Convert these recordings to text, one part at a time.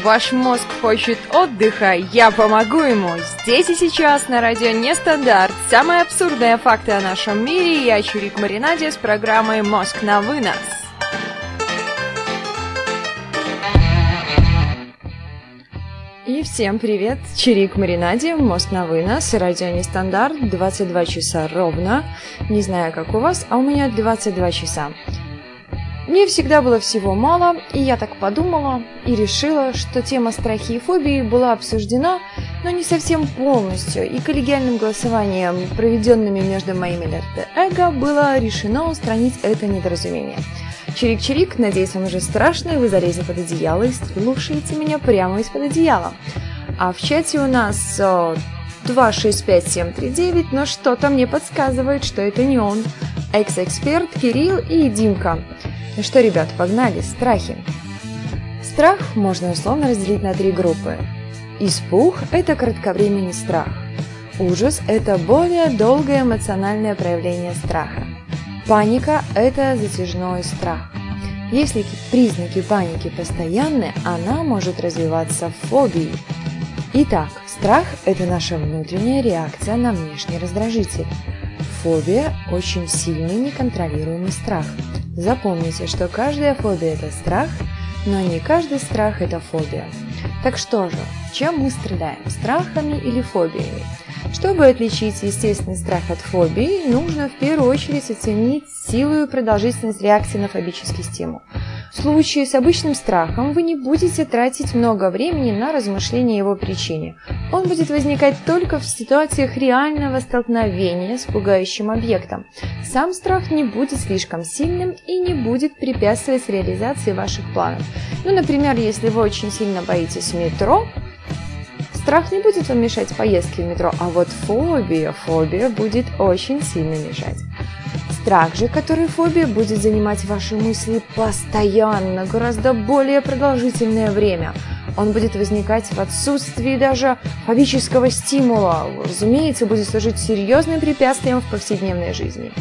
Ваш мозг хочет отдыха, я помогу ему. Здесь и сейчас на радио Нестандарт. Самые абсурдные факты о нашем мире. Я Чирик Маринаде с программой «Мозг на вынос». И всем привет! Чирик Маринаде, «Мозг на вынос», радио Нестандарт, 22 часа ровно. Не знаю, как у вас, а у меня 22 часа. Мне всегда было всего мало, и я так подумала и решила, что тема страхи и фобии была обсуждена, но не совсем полностью, и коллегиальным голосованием, проведенными между моими альтер-эго, было решено устранить это недоразумение. Чирик-чирик, надеюсь, вам уже страшно, и вы залезли под одеяло и слушаете меня прямо из-под одеяла. А в чате у нас 265739, но что-то мне подсказывает, что это не он. Экс-эксперт Кирилл и Димка. Ну что, ребят, погнали, страхи. Страх можно условно разделить на 3 группы. Испуг – это кратковременный страх. Ужас – это более долгое эмоциональное проявление страха. Паника – это затяжной страх. Если признаки паники постоянны, она может развиваться в фобии. Итак, страх – это наша внутренняя реакция на внешний раздражитель. Фобия – очень сильный неконтролируемый страх. Запомните, что каждая фобия – это страх, но не каждый страх – это фобия. Так что же, чем мы страдаем – страхами или фобиями? Чтобы отличить естественный страх от фобии, нужно в первую очередь оценить силу и продолжительность реакции на фобический стимул. В случае с обычным страхом вы не будете тратить много времени на размышления о его причине. Он будет возникать только в ситуациях реального столкновения с пугающим объектом. Сам страх не будет слишком сильным и не будет препятствовать реализации ваших планов. Например, если вы очень сильно боитесь метро, страх не будет вам мешать поездке в метро, а вот фобия будет очень сильно мешать. Страх же, который фобия, будет занимать ваши мысли постоянно, гораздо более продолжительное время. Он будет возникать в отсутствии даже фобического стимула. Разумеется, будет служить серьезным препятствием в повседневной жизни.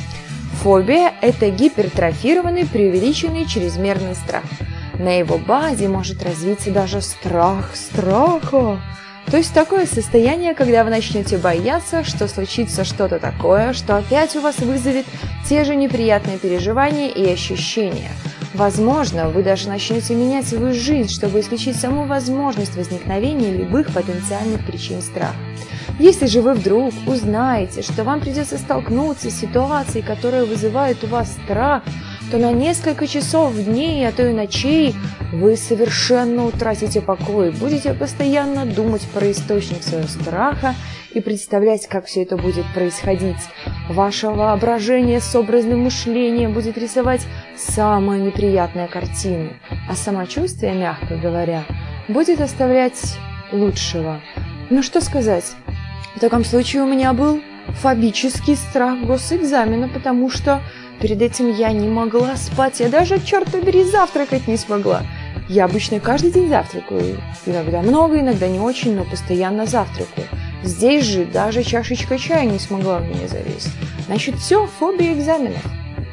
Фобия – это гипертрофированный, преувеличенный, чрезмерный страх. На его базе может развиться даже страх страха. То есть такое состояние, когда вы начнете бояться, что случится что-то такое, что опять у вас вызовет те же неприятные переживания и ощущения. Возможно, вы даже начнете менять свою жизнь, чтобы исключить саму возможность возникновения любых потенциальных причин страха. Если же вы вдруг узнаете, что вам придется столкнуться с ситуацией, которая вызывает у вас страх, то на несколько часов, дней, а то и ночей вы совершенно утратите покой, будете постоянно думать про источник своего страха и представлять, как все это будет происходить. Ваше воображение с образным мышлением будет рисовать самые неприятные картины, а самочувствие, мягко говоря, будет оставлять лучшего. Ну что сказать, в таком случае у меня был фобический страх госэкзамена, потому что перед этим я не могла спать, я даже, черт побери, завтракать не смогла. Я обычно каждый день завтракаю, иногда много, иногда не очень, но постоянно завтракаю. Здесь же даже чашечка чая не смогла в меня залезть. Значит, все, фобия экзаменов.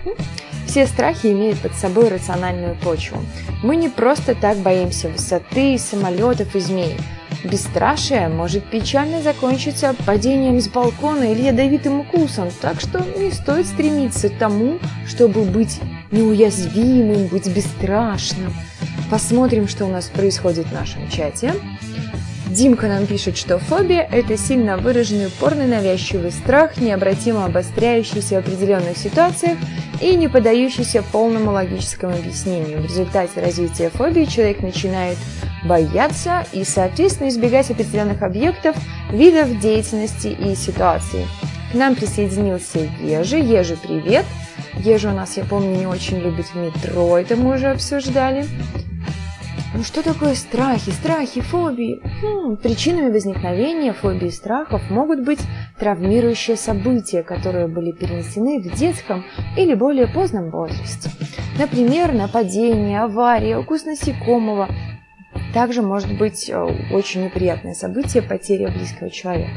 Все страхи имеют под собой рациональную почву. Мы не просто так боимся высоты, самолетов и змей. Бесстрашие может печально закончиться падением с балкона или ядовитым укусом, так что не стоит стремиться к тому, чтобы быть неуязвимым, быть бесстрашным. Посмотрим, что у нас происходит в нашем чате. Димка нам пишет, что фобия – это сильно выраженный упорный навязчивый страх, необратимо обостряющийся в определенных ситуациях и не поддающийся полному логическому объяснению. В результате развития фобии человек начинает бояться и, соответственно, избегать определенных объектов, видов деятельности и ситуаций. К нам присоединился Ежи. Ежи, привет! Ежи у нас, я помню, не очень любит метро, это мы уже обсуждали. Ну что такое страхи, фобии? Причинами возникновения фобий и страхов могут быть травмирующие события, которые были перенесены в детском или более позднем возрасте. Например, нападение, авария, укус насекомого. Также может быть очень неприятное событие – потеря близкого человека.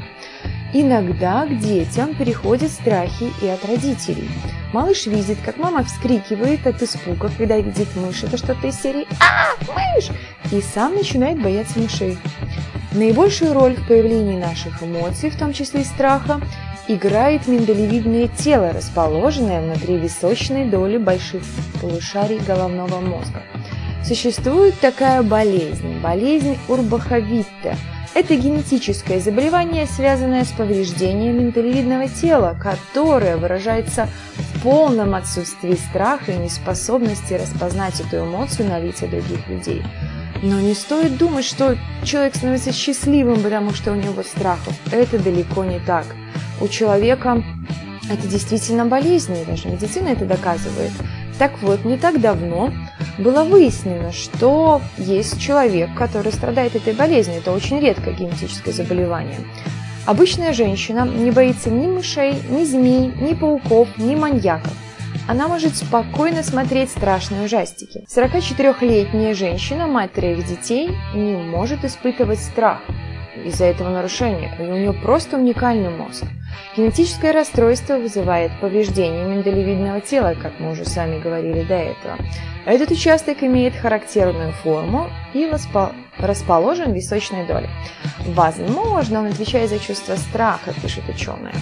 Иногда к детям переходят страхи и от родителей. Малыш видит, как мама вскрикивает от испуга, когда видит мышь. Это что-то из серии «А, мышь!» и сам начинает бояться мышей. Наибольшую роль в появлении наших эмоций, в том числе и страха, играет миндалевидное тело, расположенное внутри височной доли больших полушарий головного мозга. Существует такая болезнь Урбаха-Витте. Это генетическое заболевание, связанное с повреждением миндалевидного тела, которое выражается в полном отсутствии страха и неспособности распознать эту эмоцию на лице других людей. Но не стоит думать, что человек становится счастливым, потому что у него страхов. Это далеко не так. У человека это действительно болезнь, и даже медицина это доказывает. Так вот, не так давно было выяснено, что есть человек, который страдает этой болезнью. Это очень редкое генетическое заболевание. Обычная женщина не боится ни мышей, ни змей, ни пауков, ни маньяков. Она может спокойно смотреть страшные ужастики. 44-летняя женщина, мать 3 детей, не может испытывать страх из-за этого нарушения. И у нее просто уникальный мозг. Генетическое расстройство вызывает повреждение миндалевидного тела, как мы уже сами говорили до этого. Этот участок имеет характерную форму и расположен в височной доле. Возможно, он отвечает за чувство страха, пишут ученые.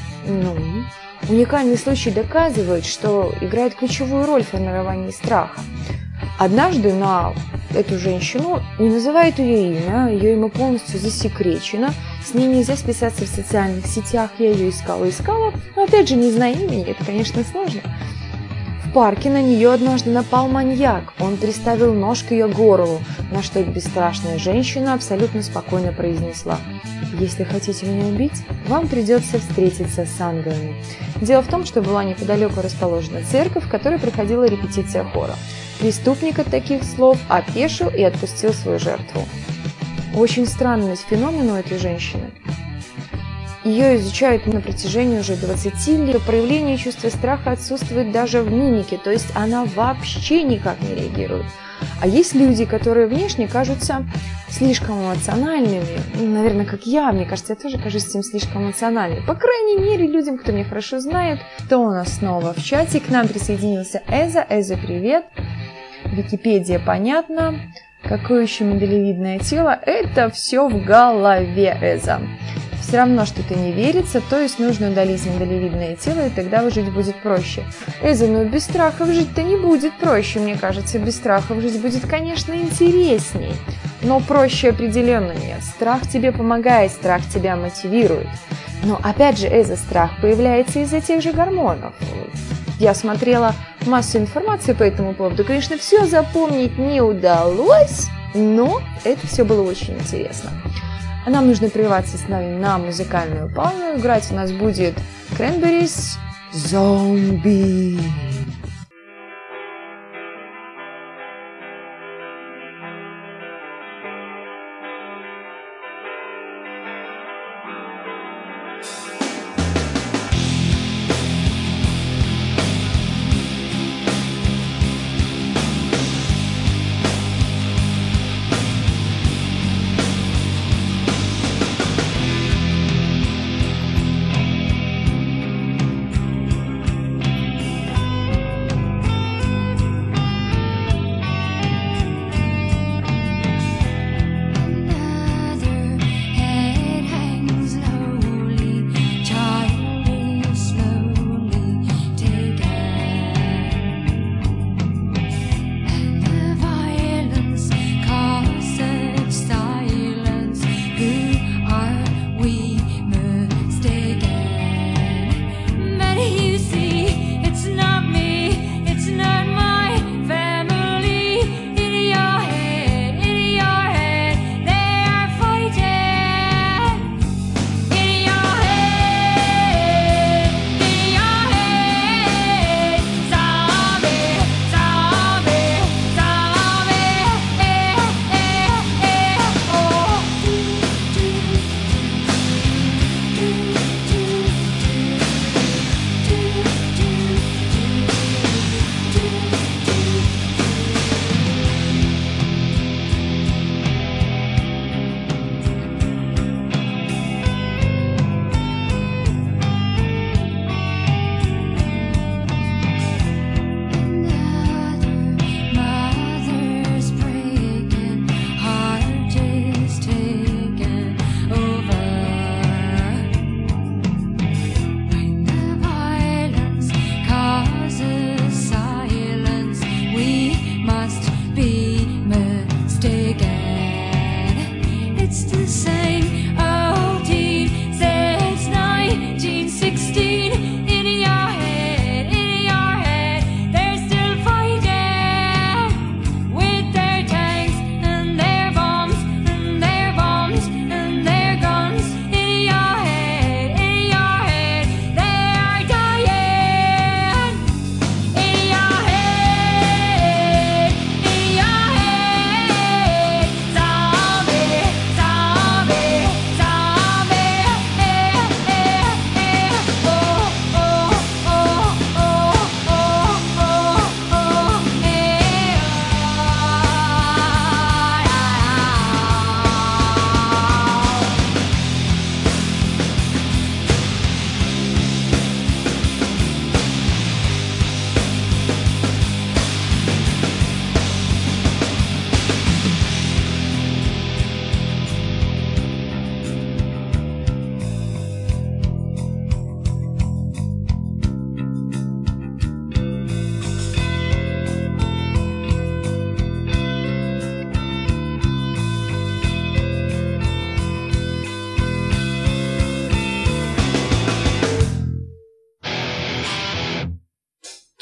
Уникальные случаи доказывают, что играет ключевую роль в формировании страха. Однажды на эту женщину не называют ее имя полностью засекречено, с ней нельзя списаться в социальных сетях, я ее искала, но опять же, не зная имени, это, конечно, сложно. В парке на нее однажды напал маньяк, он приставил нож к ее горлу, на что бесстрашная женщина абсолютно спокойно произнесла: «Если хотите меня убить, вам придется встретиться с ангелами». Дело в том, что была неподалеку расположена церковь, в которой проходила репетиция хора. Преступник от таких слов опешил и отпустил свою жертву. Очень странный феномен у этой женщины. Ее изучают на протяжении уже 20 лет. Проявление чувства страха отсутствует даже в мимике, то есть она вообще никак не реагирует. А есть люди, которые внешне кажутся слишком эмоциональными. Наверное, как я, мне кажется, я тоже кажусь всем слишком эмоциональной. По крайней мере, людям, кто меня хорошо знает. Кто у нас снова в чате? К нам присоединился Эза. Эза, привет. Википедия, понятно. Какое еще миндалевидное тело? Это все в голове, Эза. Все равно что-то не верится, то есть нужно удалить миндалевидное тело, и тогда жить будет проще. Эза, но без страхов жить-то не будет проще, мне кажется. Без страхов жить будет, конечно, интересней. Но проще определенно нет. Страх тебе помогает, страх тебя мотивирует. Но опять же, Эза, страх появляется из-за тех же гормонов. Я смотрела массу информации по этому поводу. Конечно, все запомнить не удалось, но это все было очень интересно. А нам нужно прерваться с нами на музыкальную паузу. Играть у нас будет Cranberries Zombie.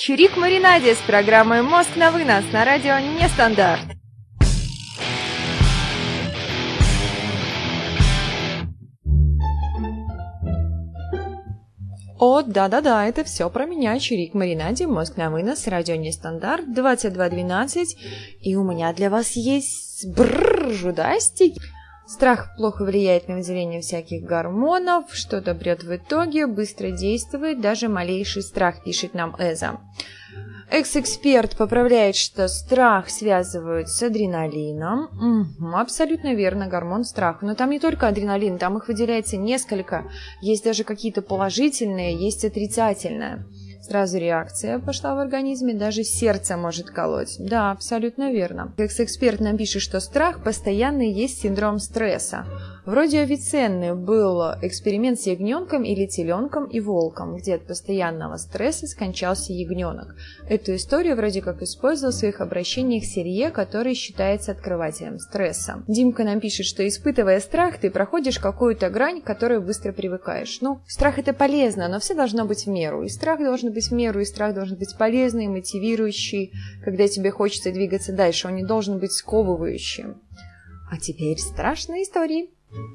Чирик Маринаде с программой «Мозг на вынос» на радио Нестандарт. О, да-да-да, это все про меня, Чирик Маринаде, «Мозг на вынос», радио Нестандарт, 22:12, и у меня для вас есть жудастики. Страх плохо влияет на выделение всяких гормонов, что-то брет в итоге, быстро действует, даже малейший страх, пишет нам Эза. Экс-эксперт поправляет, что страх связывают с адреналином. Абсолютно верно, гормон страха. Но там не только адреналин, там их выделяется несколько. Есть даже какие-то положительные, есть отрицательные. Сразу реакция пошла в организме, даже сердце может колоть. Да, абсолютно верно. Экс-эксперт нам пишет, что страх постоянно есть синдром стресса. Вроде Авиценны был эксперимент с ягненком или теленком и волком, где от постоянного стресса скончался ягненок. Эту историю вроде как использовал в своих обращениях Серье, который считается открывателем стресса. Димка нам пишет, что испытывая страх, ты проходишь какую-то грань, к которой быстро привыкаешь. Страх это полезно, но все должно быть в меру. И страх должен быть в меру, и страх должен быть полезный, мотивирующий, когда тебе хочется двигаться дальше, он не должен быть сковывающим. А теперь страшные истории.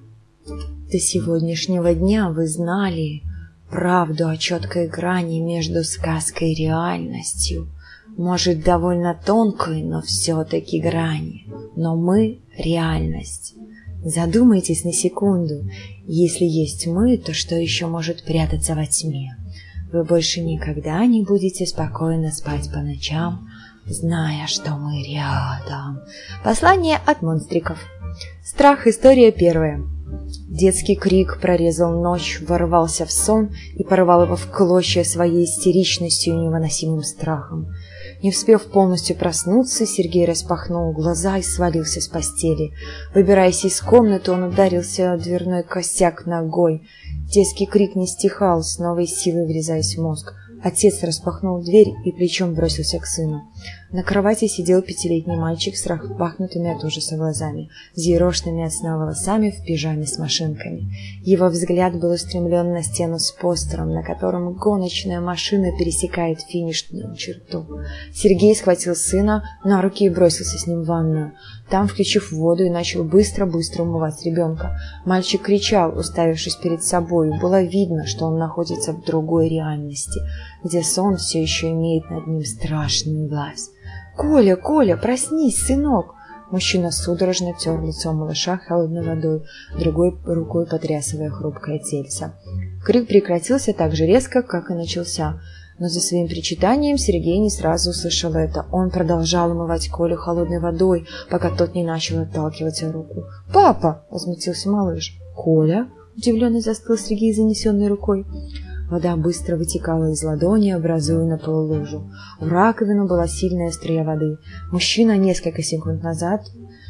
До сегодняшнего дня вы знали правду о четкой грани между сказкой и реальностью. Может, довольно тонкой, но все-таки грани. Но мы – реальность. Задумайтесь на секунду. Если есть мы, то что еще может прятаться во тьме? Вы больше никогда не будете спокойно спать по ночам, зная, что мы рядом. Послание от монстриков. Страх. История первая. Детский крик прорезал ночь, ворвался в сон и порвал его в клочья своей истеричностью и невыносимым страхом. Не успев полностью проснуться, Сергей распахнул глаза и свалился с постели. Выбираясь из комнаты, он ударился о дверной косяк ногой. Детский крик не стихал, с новой силой врезаясь в мозг. Отец распахнул дверь и плечом бросился к сыну. На кровати сидел 5-летний мальчик с распахнутыми от ужаса глазами, взъерошенными от сна волосами, в пижаме с машинками. Его взгляд был устремлен на стену с постером, на котором гоночная машина пересекает финишную черту. Сергей схватил сына на руки и бросился с ним в ванную. Там, включив воду, и начал быстро-быстро умывать ребенка. Мальчик кричал, уставившись перед собой. Было видно, что он находится в другой реальности, где сон все еще имеет над ним страшную власть. «Коля, Коля, проснись, сынок!» Мужчина судорожно тер лицо малыша холодной водой, другой рукой потрясывая хрупкое тельце. Крик прекратился так же резко, как и начался. Но за своим причитанием Сергей не сразу услышал это. Он продолжал умывать Колю холодной водой, пока тот не начал отталкивать руку. «Папа!» – возмутился малыш. «Коля?» – удивленно застыл Сергей, занесенной рукой. Вода быстро вытекала из ладони, образуя на полу лужу. В раковину была сильная струя воды. Мужчина несколько секунд назад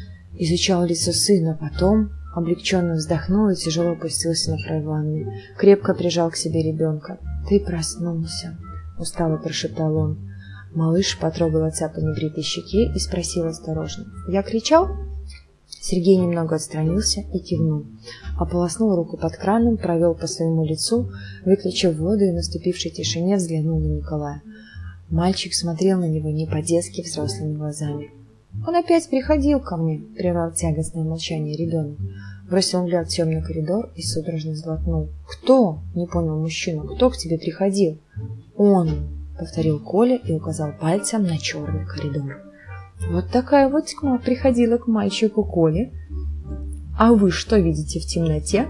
изучал лицо сына, потом облегченно вздохнул и тяжело опустился на край ванны. Крепко прижал к себе ребенка. «Ты проснулся», — устало прошептал он. Малыш потрогал отца по небритой щеке и спросил осторожно: «Я кричал?» Сергей немного отстранился и кивнул. Ополоснул руку под краном, провел по своему лицу, выключив воду и в наступившей тишине взглянул на Николая. Мальчик смотрел на него не по-детски взрослыми глазами. «Он опять приходил ко мне», — прервал тягостное молчание ребенок. Бросил взгляд в темный коридор и судорожно сглотнул. «Кто?» — не понял мужчина. «Кто к тебе приходил?» «Он», — повторил Коля и указал пальцем на черный коридор. Вот такая вот тьма приходила к мальчику Коле. А вы что видите в темноте?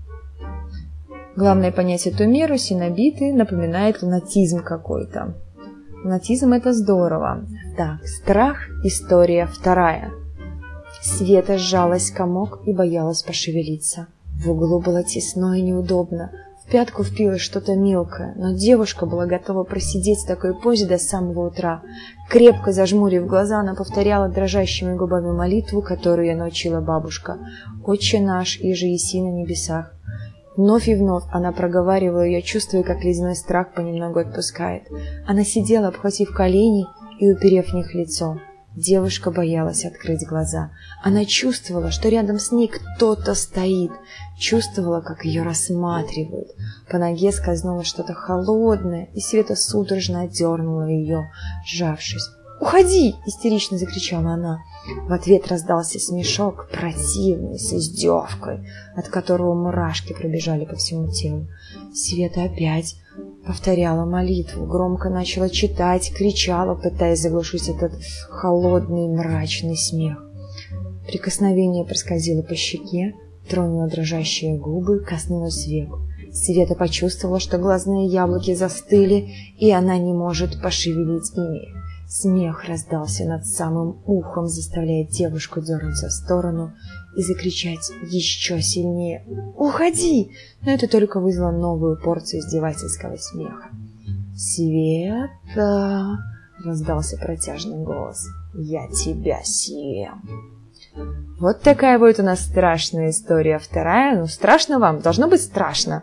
Главное понять эту меру, синобиты, напоминает лунатизм какой-то. Лунатизм — это здорово. Так, страх, история вторая. Света сжалась в комок и боялась пошевелиться. В углу было тесно и неудобно. В пятку впилось что-то мелкое, но девушка была готова просидеть в такой позе до самого утра. Крепко зажмурив глаза, она повторяла дрожащими губами молитву, которую ее научила бабушка. «Отче наш, иже еси на небесах». Вновь и вновь она проговаривала ее, чувствуя, как ледяной страх понемногу отпускает. Она сидела, обхватив колени и уперев в них лицо. Девушка боялась открыть глаза. Она чувствовала, что рядом с ней кто-то стоит. Чувствовала, как ее рассматривают. По ноге скользнуло что-то холодное, и Света судорожно отдернула ее, сжавшись. «Уходи!» – истерично закричала она. В ответ раздался смешок, противный, с издевкой, от которого мурашки пробежали по всему телу. Света опять повторяла молитву, громко начала читать, кричала, пытаясь заглушить этот холодный мрачный смех. Прикосновение проскользило по щеке, тронуло дрожащие губы, коснулось век. Света почувствовала, что глазные яблоки застыли, и она не может пошевелить ими. Смех раздался над самым ухом, заставляя девушку дернуться в сторону и закричать еще сильнее «Уходи!», но это только вызвало новую порцию издевательского смеха. «Света!» — раздался протяжный голос. «Я тебя съем!» Вот такая вот у нас страшная история. Вторая, страшно вам? Должно быть страшно.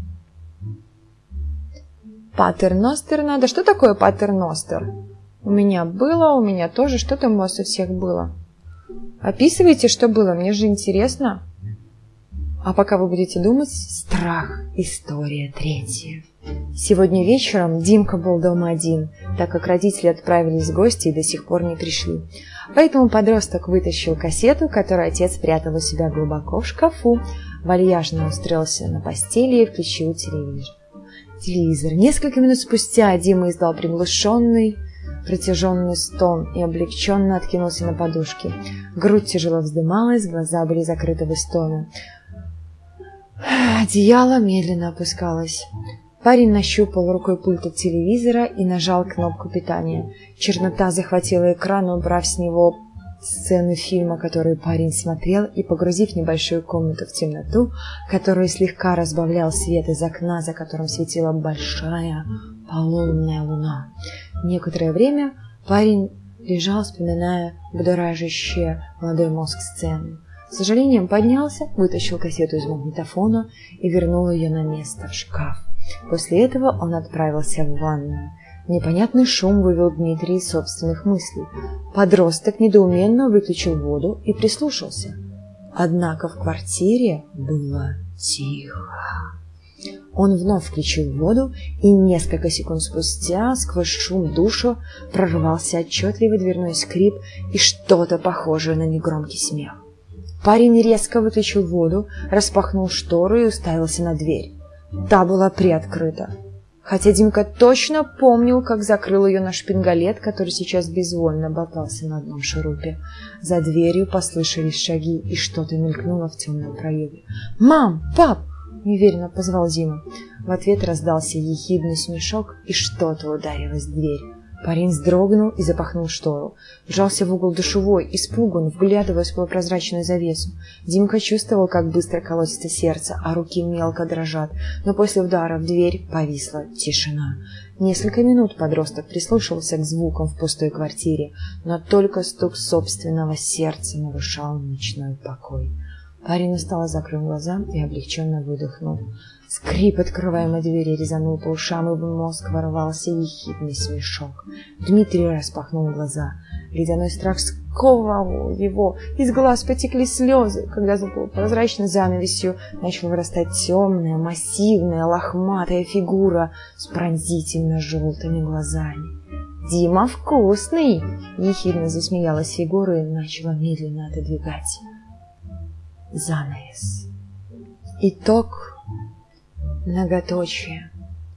Патерностер надо. Что такое патерностер? У меня тоже, что там у вас у всех было? Описывайте, что было, мне же интересно. А пока вы будете думать, страх, история третья. Сегодня вечером Димка был дома один, так как родители отправились в гости и до сих пор не пришли. Поэтому подросток вытащил кассету, которую отец прятал у себя глубоко в шкафу, вальяжно устроился на постели и включил телевизор. Несколько минут спустя Дима издал приглушенный, протяженный стон и облегченно откинулся на подушке. Грудь тяжело вздымалась, глаза были закрыты в истоме. Одеяло медленно опускалось. Парень нащупал рукой пульт от телевизора и нажал кнопку питания. Чернота захватила экран, убрав с него сцены фильма, который парень смотрел, и погрузив небольшую комнату в темноту, которую слегка разбавлял свет из окна, за которым светила большая полунная луна. Некоторое время парень лежал, вспоминая будоражащие молодой мозг сцены. С сожалением поднялся, вытащил кассету из магнитофона и вернул ее на место в шкаф. После этого он отправился в ванную. Непонятный шум вывел Дмитрия из собственных мыслей. Подросток недоуменно выключил воду и прислушался. Однако в квартире было тихо. Он вновь включил воду, и несколько секунд спустя сквозь шум душа прорвался отчетливый дверной скрип и что-то похожее на негромкий смех. Парень резко выключил воду, распахнул штору и уставился на дверь. Та была приоткрыта. Хотя Димка точно помнил, как закрыл ее на шпингалет, который сейчас безвольно болтался на одном шурупе. За дверью послышались шаги, и что-то мелькнуло в темном проеме. «Мам! Пап!» — неуверенно позвал Дима. В ответ раздался ехидный смешок, и что-то ударилось в дверь. Парень вздрогнул и запахнул штору. Вжался в угол душевой, испуган, вглядываясь в полупрозрачную завесу. Димка чувствовал, как быстро колотится сердце, а руки мелко дрожат. Но после удара в дверь повисла тишина. Несколько минут подросток прислушивался к звукам в пустой квартире, но только стук собственного сердца нарушал ночной покой. Парень устало закрыл глаза и облегченно выдохнул. Скрип открываемой двери резанул по ушам, и в мозг ворвался ехидный смешок. Дмитрий распахнул глаза. Ледяной страх сковал его, из глаз потекли слезы, когда за полупрозрачной занавесью начала вырастать темная, массивная, лохматая фигура с пронзительно желтыми глазами. «Дима вкусный!» — ехидно засмеялась фигура и начала медленно отодвигать занавес. Итог. Многоточие.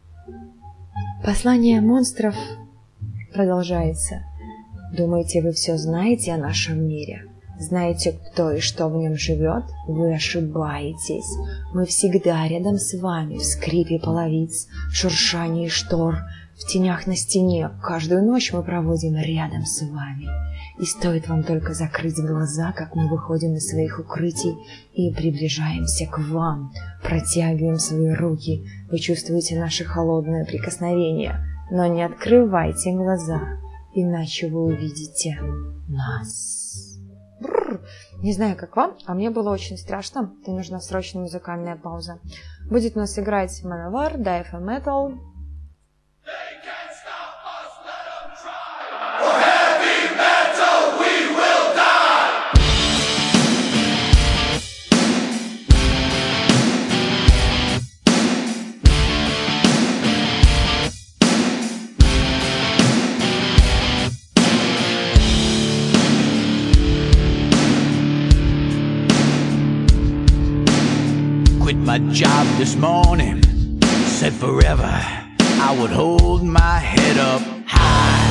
Послание монстров продолжается. Думаете, вы все знаете о нашем мире? Знаете, кто и что в нем живет? Вы ошибаетесь. Мы всегда рядом с вами, в скрипе половиц, в шуршании штор, в тенях на стене. Каждую ночь мы проводим рядом с вами. И стоит вам только закрыть глаза, как мы выходим из своих укрытий и приближаемся к вам, протягиваем свои руки. Вы чувствуете наше холодное прикосновение, но не открывайте глаза, иначе вы увидите нас. Бррр. Не знаю, как вам, а мне было очень страшно. И нужна срочная музыкальная пауза. Будет у нас играть Manowar, Diapha Metal. Heavy metal! My job this morning said forever I would hold my head up high.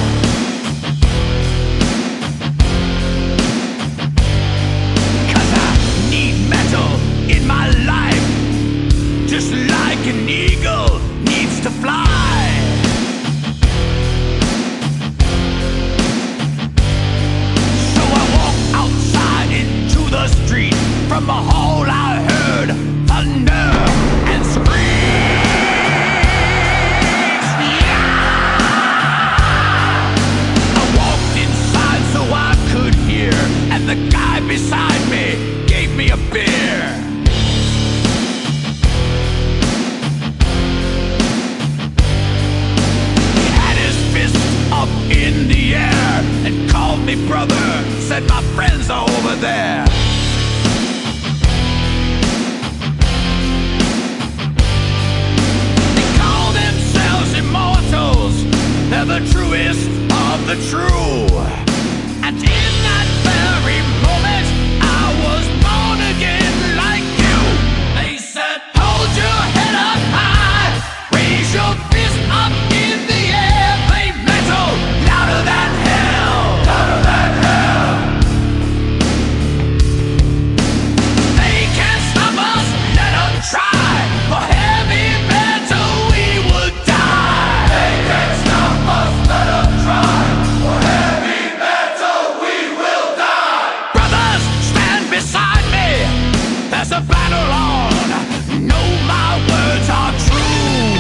Cause I need metal in my life, just like an eagle needs to fly. So I walked outside into the street. From the hall I heard thunder and screams. Yeah! I walked inside so I could hear, and the guy beside me gave me a beer. He had his fist up in the air and called me brother, said my friends are over there. They're the truest of the true. And in that very moment I was born again like you. They said, hold your head up high, raise your fist up in the air, play metal louder than hell, louder than hell. They can't stop us, let them try. For heavy metal we would die. They can't stop us, let them try. For heavy metal we will die. Brothers, stand beside me. There's a battle on. Know my words are true.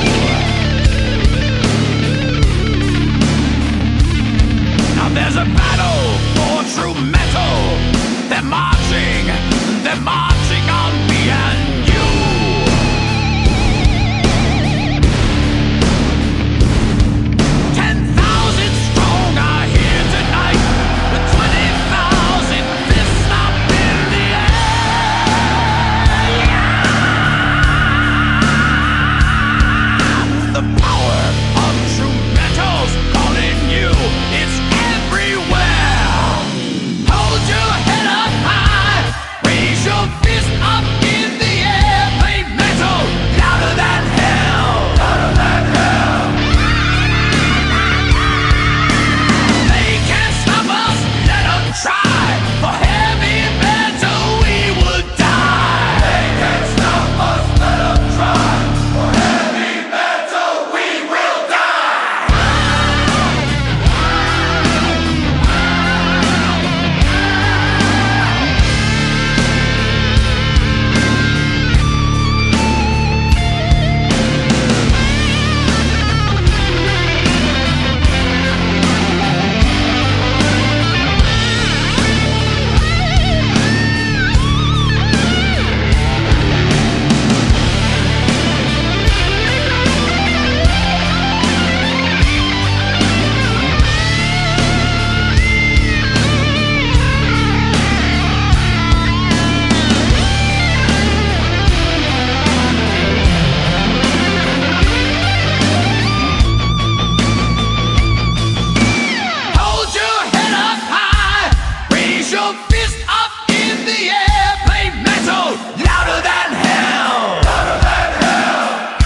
Now there's a battle for true metal. They're marching on me and you. 10,000 strong are here tonight, with 20,000 fists up in the air. The power of true metal's calling you, it's everywhere. Hold your head up high, raise your fist up in the air, play metal louder than hell, louder than hell. They can't stop us, let them try. For heavy metal we would die. They can't stop us, let them try. For heavy metal we will die. Hold your head up high, raise your fist up in the air, play metal louder than hell, louder than hell.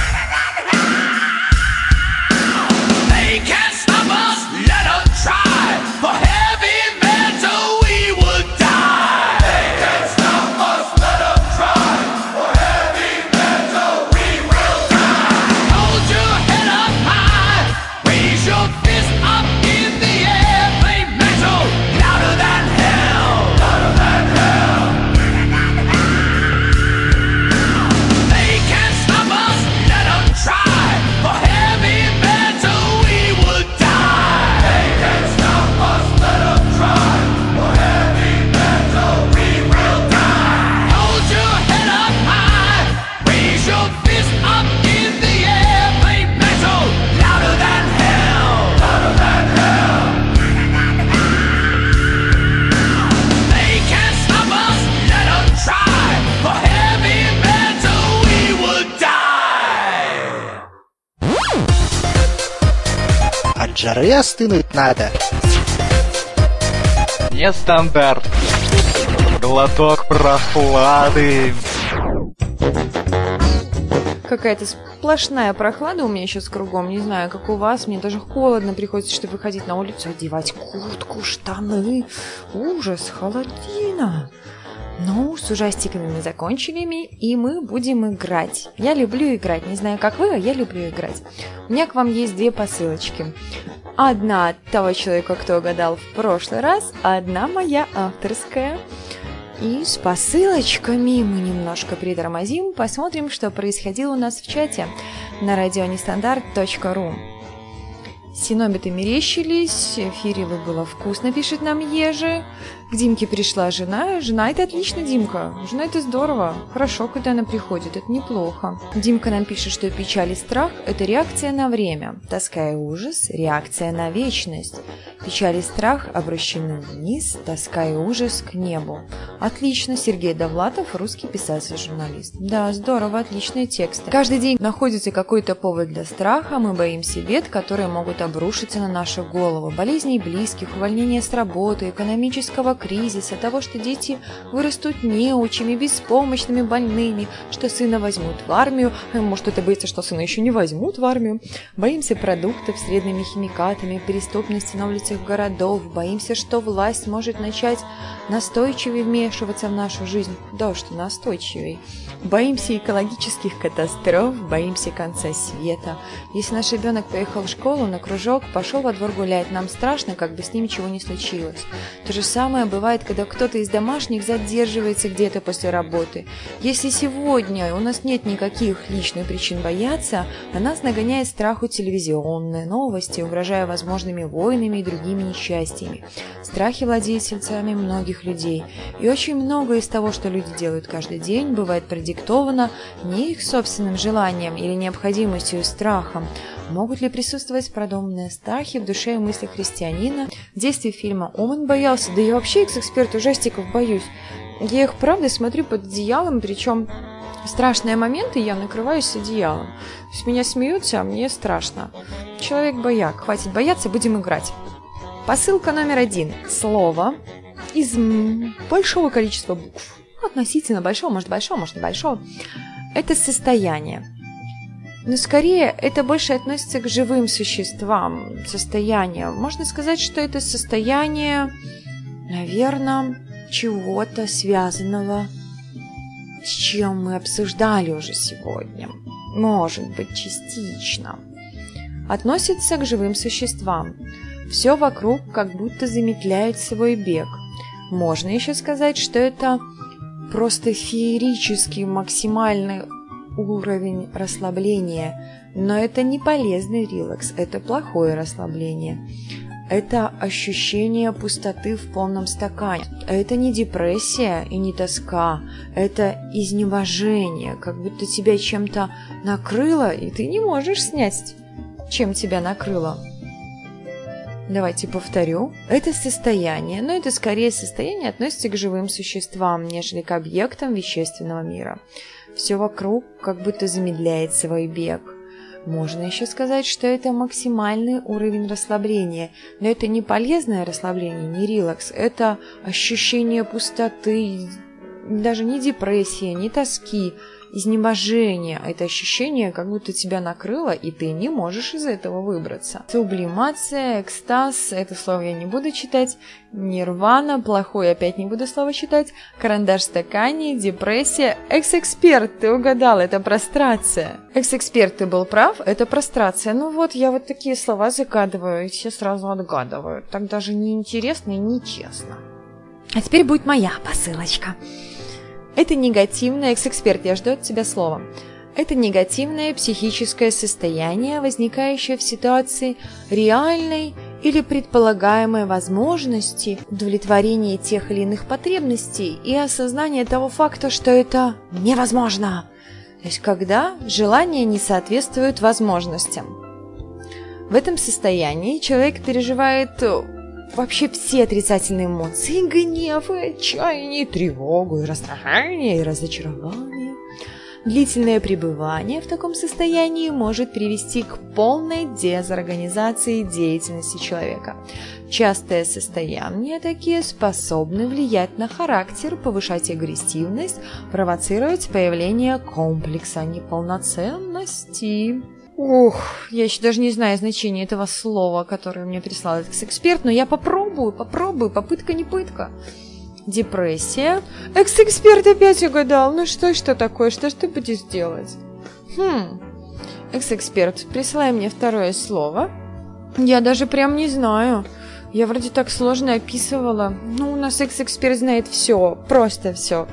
They can't stop us, let them try. For heavy metal we would die. They can't stop us, let them try. For heavy metal we will die. Hold your head up high, raise your fist up in the air, play metal louder than hell, louder than hell. They can't stop us, let them try. For heavy metal we would die. They can't stop us, let them try. For heavy metal we will die. Hold your head up high, raise your fist up in the air, play metal louder than hell, louder than hell. They can't stop us, let them try. For heavy metal we would die. От жары остынуть надо. Нестандарт. Глоток прохлады. Какая-то сплошная прохлада у меня сейчас кругом. Не знаю, как у вас. Мне даже холодно приходится, чтобы выходить на улицу, одевать куртку, штаны. Ужас, холодина. Ну, с ужастиками мы закончили, и мы будем играть. Я люблю играть. Не знаю, как вы, а я люблю играть. У меня к вам есть 2 посылочки. Одна от того человека, кто угадал в прошлый раз, а одна моя авторская. И с посылочками мы немножко притормозим, посмотрим, что происходило у нас в чате на радионестандарт.ру. Синобиты мерещились, эфирило было вкусно, пишет нам Ежи. К Димке пришла жена. Жена, это отлично, Димка. Жена, это здорово. Хорошо, когда она приходит, это неплохо. Димка нам пишет, что печаль и страх – это реакция на время. Тоска и ужас – реакция на вечность. Печаль и страх обращены вниз, тоска и ужас к небу. Отлично, Сергей Довлатов, русский писатель-журналист. Да, здорово, отличные тексты. Каждый день находится какой-то повод для страха, мы боимся бед, которые могут обрушиться на нашу голову. Болезней близких, увольнения с работы, экономического кризиса, того, что дети вырастут неучими, беспомощными, больными, что сына возьмут в армию, может, это боится, что сына еще не возьмут в армию. Боимся продуктов с вредными химикатами, преступности на улицах городов, боимся, что власть может начать настойчивее вмешиваться в нашу жизнь, да что настойчивее. Боимся экологических катастроф, боимся конца света. Если наш ребенок поехал в школу, на кружок, пошел во двор гулять, нам страшно, как бы с ним ничего не случилось. То же самое бывает, когда кто-то из домашних задерживается где-то после работы. Если сегодня у нас нет никаких личных причин бояться, на нас нагоняет страху телевизионные новости, угрожая возможными войнами и другими несчастьями. Страхи владеют сердцами многих людей. И очень многое из того, что люди делают каждый день, бывает продиктовано не их собственным желанием или необходимостью и страхом. Могут ли присутствовать продуманные страхи в душе и мыслях христианина? В действии фильма «Омен» боялся, да я вообще экс-эксперт ужастиков боюсь. Я их, правда, смотрю под одеялом, причем в страшные моменты я накрываюсь одеялом. То есть меня смеются, а мне страшно. Человек-бояк. Хватит бояться, будем играть. Посылка номер 1. Слово из большого количества букв. Относительно большого, может небольшого. Это состояние. Но скорее это больше относится к живым существам. Состояние. Можно сказать, что это состояние, наверное, чего-то связанного с чем мы обсуждали уже сегодня. Может быть, частично. Относится к живым существам. Все вокруг как будто замедляет свой бег. Можно еще сказать, что это просто феерический максимальный уровень расслабления. Но это не полезный релакс, это плохое расслабление. Это ощущение пустоты в полном стакане. Это не депрессия и не тоска. Это изнеможение, как будто тебя чем-то накрыло, и ты не можешь снять, чем тебя накрыло. Давайте повторю. Это состояние, но это скорее состояние относится к живым существам, нежели к объектам вещественного мира. Все вокруг как будто замедляет свой бег. Можно еще сказать, что это максимальный уровень расслабления, но это не полезное расслабление, не релакс, это ощущение пустоты, даже не депрессия, не тоски, изнеможение, это ощущение, как будто тебя накрыло, и ты не можешь из этого выбраться. Сублимация, экстаз, это слово я не буду читать, нирвана, плохое опять не буду слово читать, карандаш в стакане, депрессия, экс-эксперт, ты угадал, это прострация. Экс-эксперт, ты был прав, это прострация. Ну вот, я вот такие слова загадываю, и все сразу отгадывают. Так даже неинтересно и нечестно. А теперь будет моя посылочка. Это негативное, экс-эксперт, я жду от тебя слова. Это негативное психическое состояние, возникающее в ситуации реальной или предполагаемой возможности удовлетворения тех или иных потребностей и осознания того факта, что это невозможно. То есть, когда желания не соответствуют возможностям. В этом состоянии человек переживает вообще все отрицательные эмоции, гнев, и отчаяние, и тревогу, и раздражение, и разочарование. Длительное пребывание в таком состоянии может привести к полной дезорганизации деятельности человека. Частые состояния такие способны влиять на характер, повышать агрессивность, провоцировать появление комплекса неполноценности. Ух, я еще даже не знаю значения этого слова, которое мне прислал экс-эксперт, но я попробую, попытка не пытка. Депрессия. Экс-эксперт опять угадал. Ну что такое? Что ж ты будешь делать? Экс-эксперт, присылай мне второе слово. Я даже прям не знаю. Я вроде так сложно описывала. Ну, у нас экс-эксперт знает все, просто все.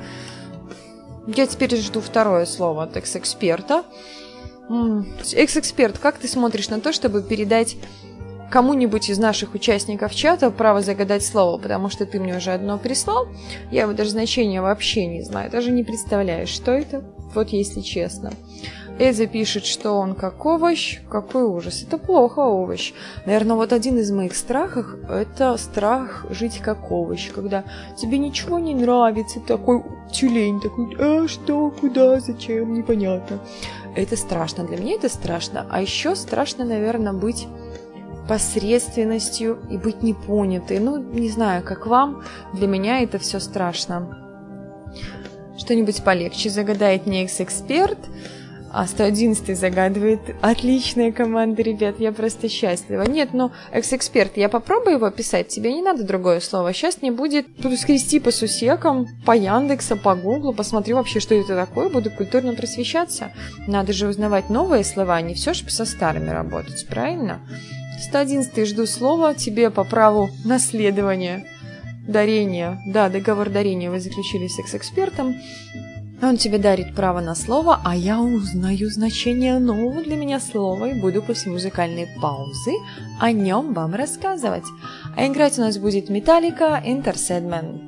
Я теперь жду второе слово от экс-эксперта. Экс-эксперт, как ты смотришь на то, чтобы передать кому-нибудь из наших участников чата право загадать слово, потому что ты мне уже одно прислал, я его даже значения вообще не знаю, даже не представляю, что это, вот если честно. Эдза пишет, что он как овощ, какой ужас, это плохо овощ. Наверное, вот один из моих страхов, это страх жить как овощ, когда тебе ничего не нравится, такой тюлень, такой, что, куда, зачем, непонятно. Это страшно, для меня это страшно, а еще страшно, наверное, быть посредственностью и быть непонятой. Ну, не знаю, как вам, для меня это все страшно. Что-нибудь полегче загадает мне экс-эксперт, а 111 загадывает. Отличная команда, ребят, я просто счастлива. Нет, ну, экс-эксперт, я попробую его писать, тебе не надо другое слово. Сейчас мне будет, буду скрести по сусекам, по Яндексу, по Гуглу, посмотрю вообще, что это такое, буду культурно просвещаться. Надо же узнавать новые слова, не все же со старыми работать, правильно? 111 жду слова тебе по праву наследования, дарения. Да, договор дарения вы заключили с экс-экспертом. Он тебе дарит право на слово, а я узнаю значение нового для меня слова и буду после музыкальной паузы о нем вам рассказывать. А играть у нас будет Metallica Enter Sandman.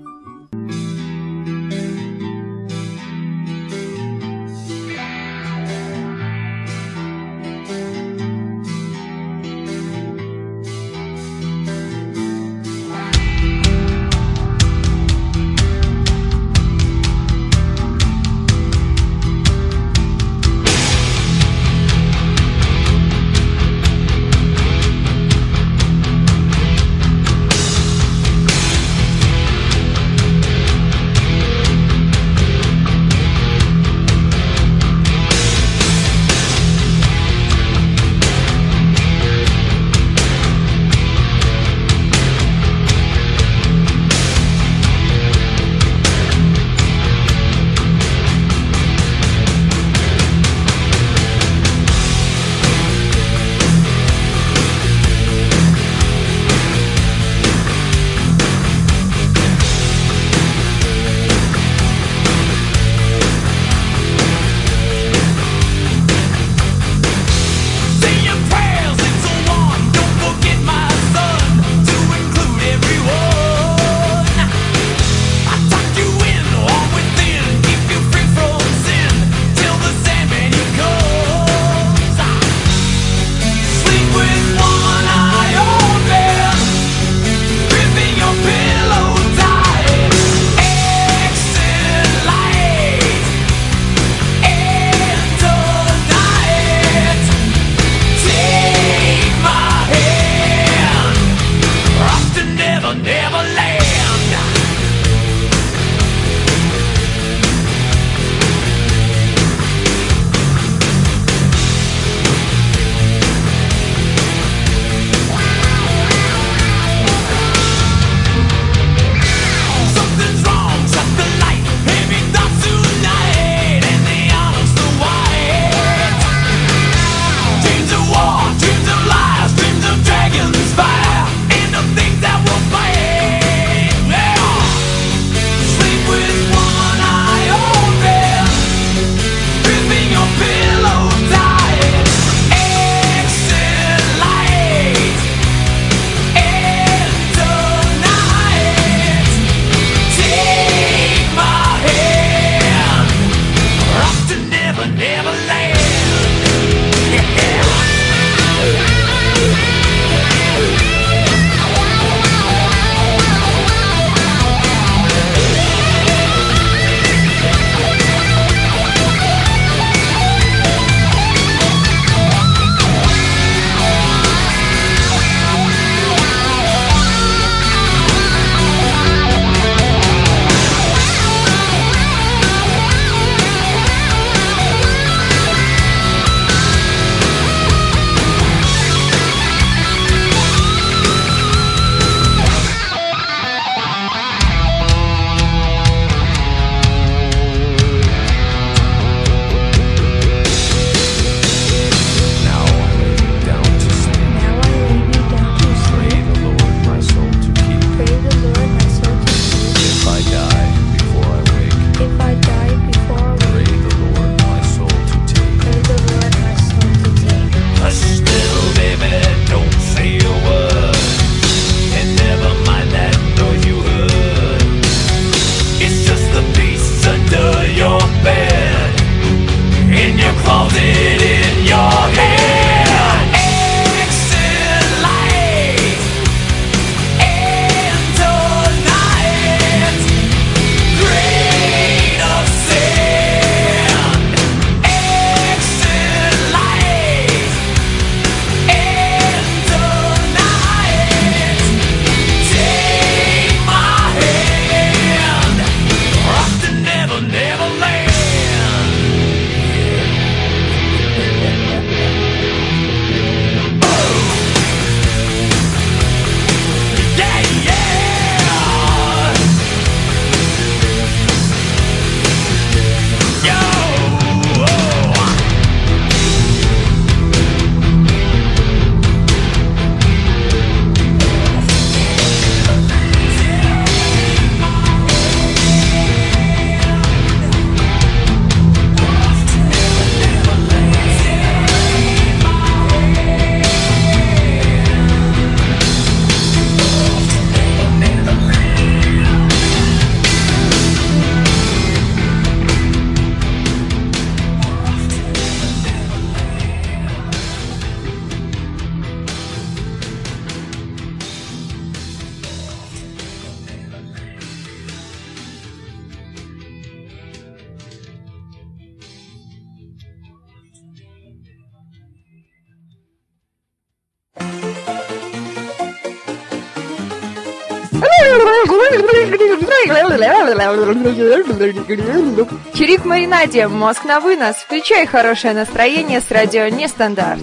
Чирик Маринаде, мозг на вынос. Включай хорошее настроение с радио Нестандарт.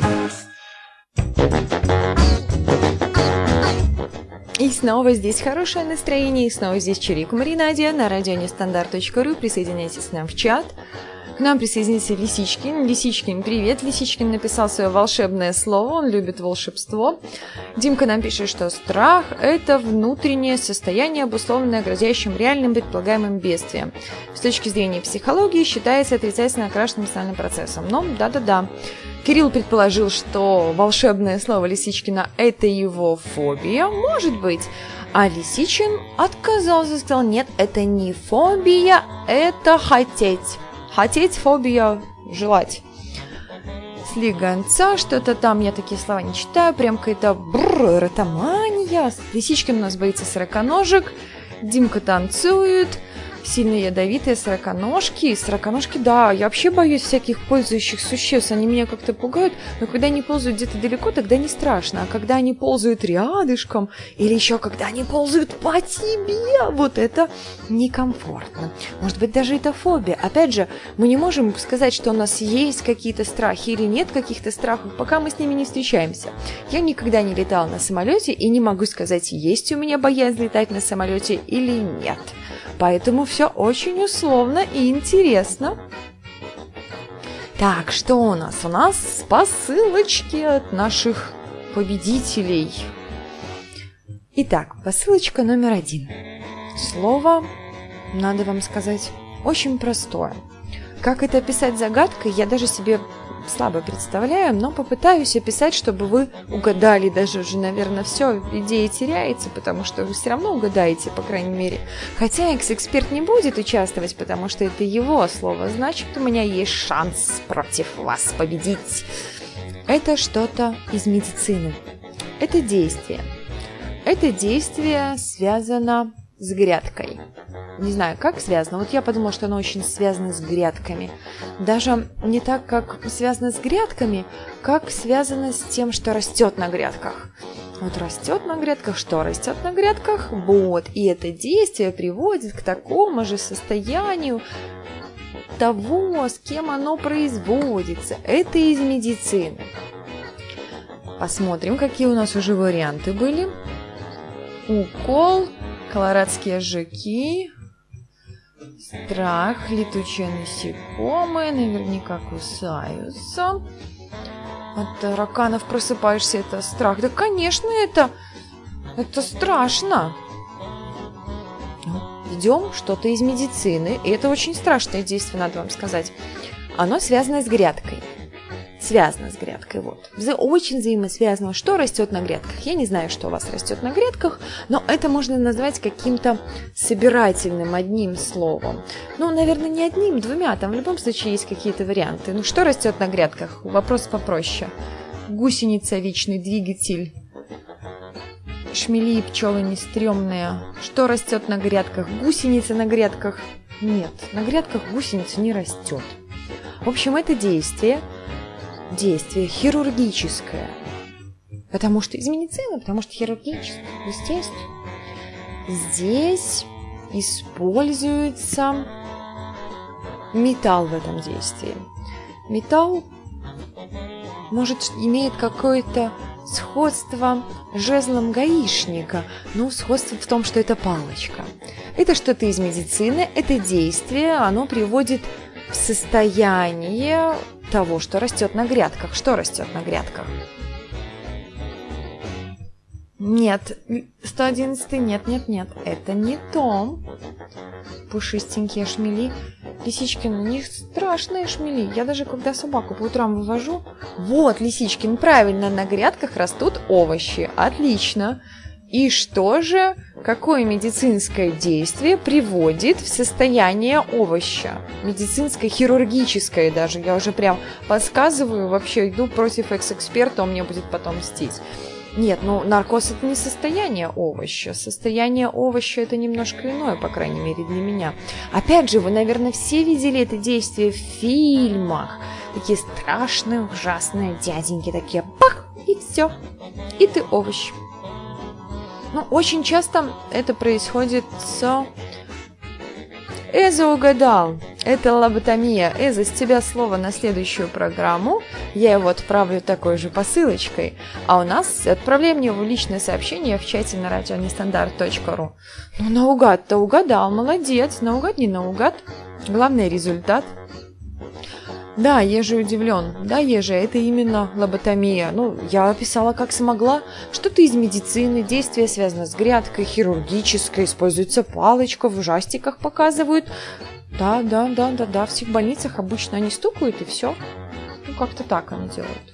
И снова здесь хорошее настроение, и снова здесь Чирик Маринаде на радио Нестандарт.ру. Присоединяйтесь к нам в чат. К нам присоединился Лисичкин. Лисичкин, привет. Лисичкин написал свое волшебное слово, он любит волшебство. Димка нам пишет, что страх – это внутреннее состояние, обусловленное грозящим реальным предполагаемым бедствием. С точки зрения психологии считается отрицательно окрашенным эмоциональным процессом. Но да-да-да. Кирилл предположил, что волшебное слово Лисичкина – это его фобия, может быть. А Лисичин отказался, сказал, нет, это не фобия, это хотеть. Хотеть, фобия, желать. Слиганца, что-то там, я такие слова не читаю, прям какая-то ротомания. Лисичкин у нас боится сороконожек, Димка танцует, сильно ядовитые сороконожки. Сороконожки, да, я вообще боюсь всяких ползающих существ, они меня как-то пугают, но когда они ползают где-то далеко, тогда не страшно, а когда они ползают рядышком, или еще когда они ползают по тебе, вот это некомфортно. Может быть, даже это фобия. Опять же, мы не можем сказать, что у нас есть какие-то страхи или нет каких-то страхов, пока мы с ними не встречаемся. Я никогда не летала на самолете и не могу сказать, есть у меня боязнь летать на самолете или нет. Поэтому все очень условно и интересно. Так, что у нас? У нас посылочки от наших победителей. Итак, посылочка номер 1. Слово, надо вам сказать, очень простое. Как это описать загадкой, я даже себе слабо представляю, но попытаюсь описать, чтобы вы угадали. Даже уже, наверное, все, идея теряется, потому что вы все равно угадаете, по крайней мере. Хотя экс-эксперт не будет участвовать, потому что это его слово, значит, у меня есть шанс против вас победить. Это что-то из медицины. Это действие. Это действие связано с грядкой. Не знаю, как связано. Вот я подумала, что оно очень связано с грядками. Даже не так, как связано с грядками, как связано с тем, что растет на грядках. Вот растет на грядках, что растет на грядках? Вот. И это действие приводит к такому же состоянию того, с кем оно производится. Это из медицины. Посмотрим, какие у нас уже варианты были. Укол, колорадские жуки, страх, летучие насекомые, наверняка кусаются. От тараканов просыпаешься, это страх. Да, конечно, это страшно. Идем, что-то из медицины, и это очень страшное действие, надо вам сказать. Оно связано с грядкой. Связано с грядкой, вот. Очень взаимосвязано. Что растет на грядках? Я не знаю, что у вас растет на грядках, но это можно назвать каким-то собирательным одним словом. Ну, наверное, не одним, двумя, там в любом случае есть какие-то варианты. Ну, что растет на грядках? Вопрос попроще. Гусеница, вечный двигатель. Шмели и пчелы не стрёмные. Что растет на грядках? Гусеница на грядках? Нет, на грядках гусеница не растет. В общем, это действие хирургическое. Потому что из медицины, потому что хирургическое, естественно. Здесь используется металл в этом действии. Металл, может, имеет какое-то сходство с жезлом гаишника, но сходство в том, что это палочка. Это что-то из медицины, это действие, оно приводит в состояние того, что растет на грядках. Что растет на грядках? Нет, 111, нет, это не то. Пушистенькие шмели. Лисичкин, у них страшные шмели. Я даже когда собаку по утрам вывожу... Вот, Лисичкин, правильно, на грядках растут овощи. Отлично. И что же, какое медицинское действие приводит в состояние овоща? Медицинское, хирургическое даже. Я уже прям подсказываю, вообще иду против экс-эксперта, он мне будет потом мстить. Нет, ну наркоз это не состояние овоща. Состояние овоща это немножко иное, по крайней мере для меня. Опять же, вы, наверное, все видели это действие в фильмах. Такие страшные, ужасные дяденьки, такие пах, и все. И ты овощ. Ну, очень часто это происходит с... Эза угадал. Это лоботомия. Эза, с тебя слово на следующую программу. Я его отправлю такой же посылочкой. А у нас отправляй мне в личное сообщение в чате на radionestandarт.ru. Ну, наугад-то угадал. Молодец. Наугад, не наугад. Главный результат. Да, Ежи удивлен. Да, Ежи, это именно лоботомия. Ну, я описала как смогла. Что-то из медицины, действие связано с грядкой, хирургическое, используется палочка, в ужастиках показывают. Да, в всех больницах обычно они стукают и все. Ну, как-то так они делают.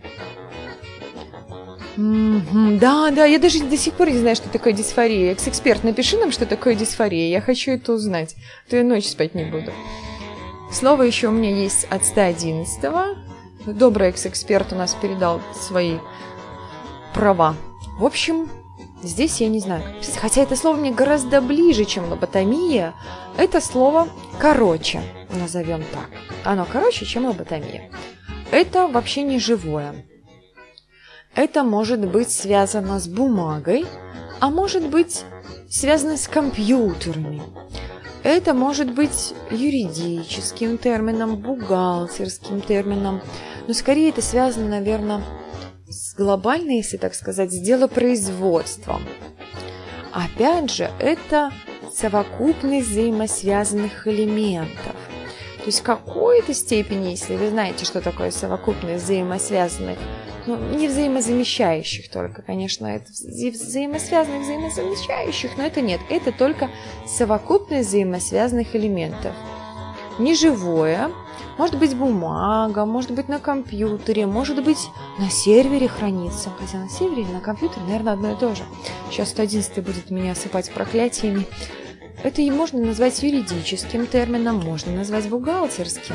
Да, я даже до сих пор не знаю, что такое дисфория. Экс-эксперт, напиши нам, что такое дисфория. Я хочу это узнать. А то я ночь спать не буду. Слово еще у меня есть от 111-го. Добрый экс-эксперт у нас передал свои права. В общем, здесь я не знаю. Хотя это слово мне гораздо ближе, чем лоботомия. Это слово короче, назовем так. Оно короче, чем лоботомия. Это вообще не живое. Это может быть связано с бумагой, а может быть связано с компьютерами. Это может быть юридическим термином, бухгалтерским термином, но скорее это связано, наверное, с глобальной, если так сказать, с делопроизводством. Опять же, это совокупность взаимосвязанных элементов. То есть в какой-то степени, если вы знаете, что такое совокупность взаимосвязанных, ну, не взаимозамещающих только, конечно, это взаимосвязанных, взаимозамещающих, но это нет, это только совокупность взаимосвязанных элементов. Неживое, может быть бумага, может быть на компьютере, может быть на сервере хранится, хотя на сервере или на компьютере, наверное, одно и то же. Сейчас 111 будет меня осыпать проклятиями. Это и можно назвать юридическим термином, можно назвать бухгалтерским.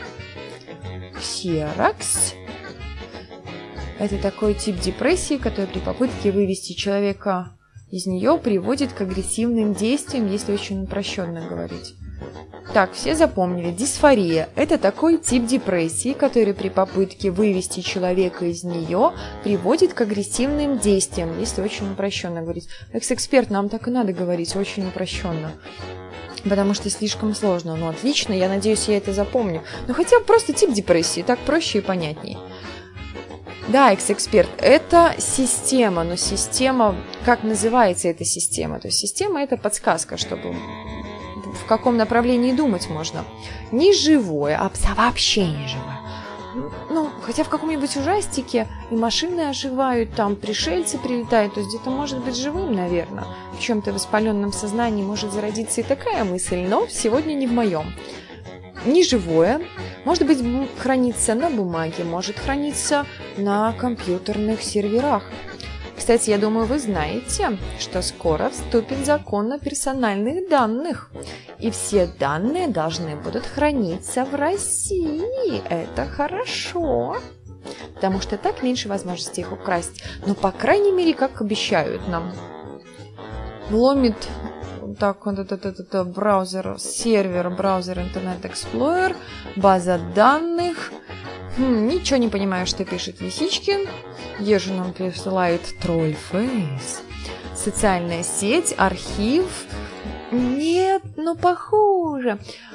Ксерокс. Это такой тип депрессии, который при попытке вывести человека из нее приводит к агрессивным действиям, если очень упрощенно говорить. Так, все запомнили. Дисфория – это такой тип депрессии, который при попытке вывести человека из нее приводит к агрессивным действиям, если очень упрощенно говорить. Экс-эксперт, нам так и надо говорить, очень упрощенно. Потому что слишком сложно. Ну, отлично, я надеюсь, я это запомню. Ну, хотя бы просто тип депрессии, так проще и понятнее. Да, экс-эксперт, это система, но система, как называется эта система? То есть система – это подсказка, чтобы в каком направлении думать можно. Не живое, а вообще не живое. Ну, хотя в каком-нибудь ужастике и машины оживают, там пришельцы прилетают, то есть где-то может быть живым, наверное. В чем-то воспаленном сознании может зародиться и такая мысль, но сегодня не в моем. Неживое, может быть, хранится на бумаге, может храниться на компьютерных серверах. Кстати, я думаю, вы знаете, что скоро вступит закон о персональных данных, и все данные должны будут храниться в России. Это хорошо, потому что так меньше возможности их украсть. Но, по крайней мере, как обещают нам, вломит... Так, вот это браузер, сервер, браузер Internet Explorer, база данных. Ничего не понимаю, что пишет Лисичкин. Ежи нам присылает Trollface. Социальная сеть, архив. Нет, но похоже.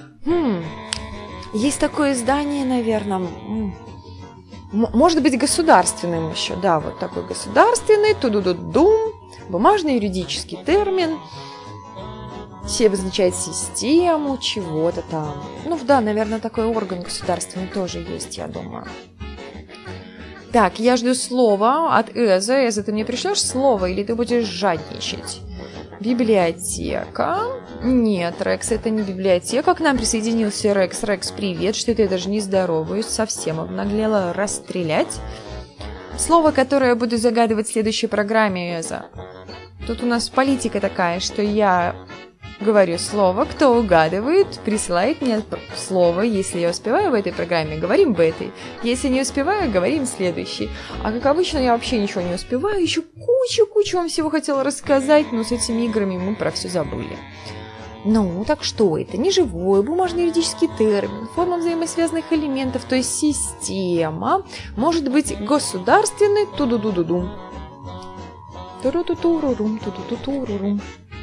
Есть такое издание, наверное. Может быть, государственным еще. Да, вот такой государственный. Ту-ду-ду-дум. Бумажный юридический термин. Все обозначает систему, чего-то там. Ну да, наверное, такой орган государственный тоже есть, я думаю. Так, я жду слова от Эза. Эза, ты мне пришлешь слово или ты будешь жадничать? Библиотека. Нет, Рекс, это не библиотека. К нам присоединился Рекс. Рекс, привет. Что-то я даже не здороваюсь. Совсем обнаглела. Расстрелять. Слово, которое я буду загадывать в следующей программе, Эза. Тут у нас политика такая, что я... говорю слово, кто угадывает, присылает мне слово. Если я успеваю в этой программе, говорим в этой. Если не успеваю, говорим в следующей. А как обычно, я вообще ничего не успеваю. Еще кучу вам всего хотела рассказать, но с этими играми мы про все забыли. Ну, так что это? Неживой, бумажный юридический термин, форма взаимосвязанных элементов, то есть система. Может быть государственный, ту-ду-ду-ду-ду. Туру-ту-туру-рум, ту-ту-ту-туру-рум.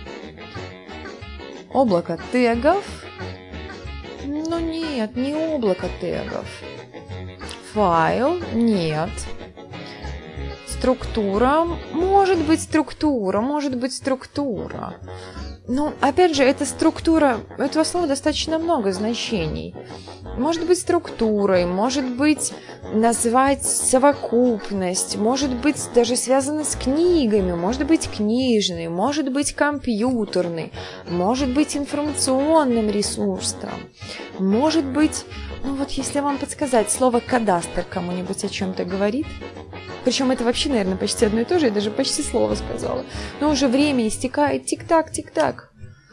Облако тегов. Ну нет, не облако тегов. Файл. Нет. Структура. Может быть структура, может быть структура. Ну, опять же, эта структура, у этого слова достаточно много значений. Может быть структурой, может быть назвать совокупность, может быть даже связано с книгами, может быть книжный, может быть компьютерный, может быть информационным ресурсом, может быть, ну вот если вам подсказать, слово кадастр кому-нибудь о чем-то говорит. Причем это вообще, наверное, почти одно и то же, я даже почти слово сказала. Но уже время истекает, тик-так, тик-так.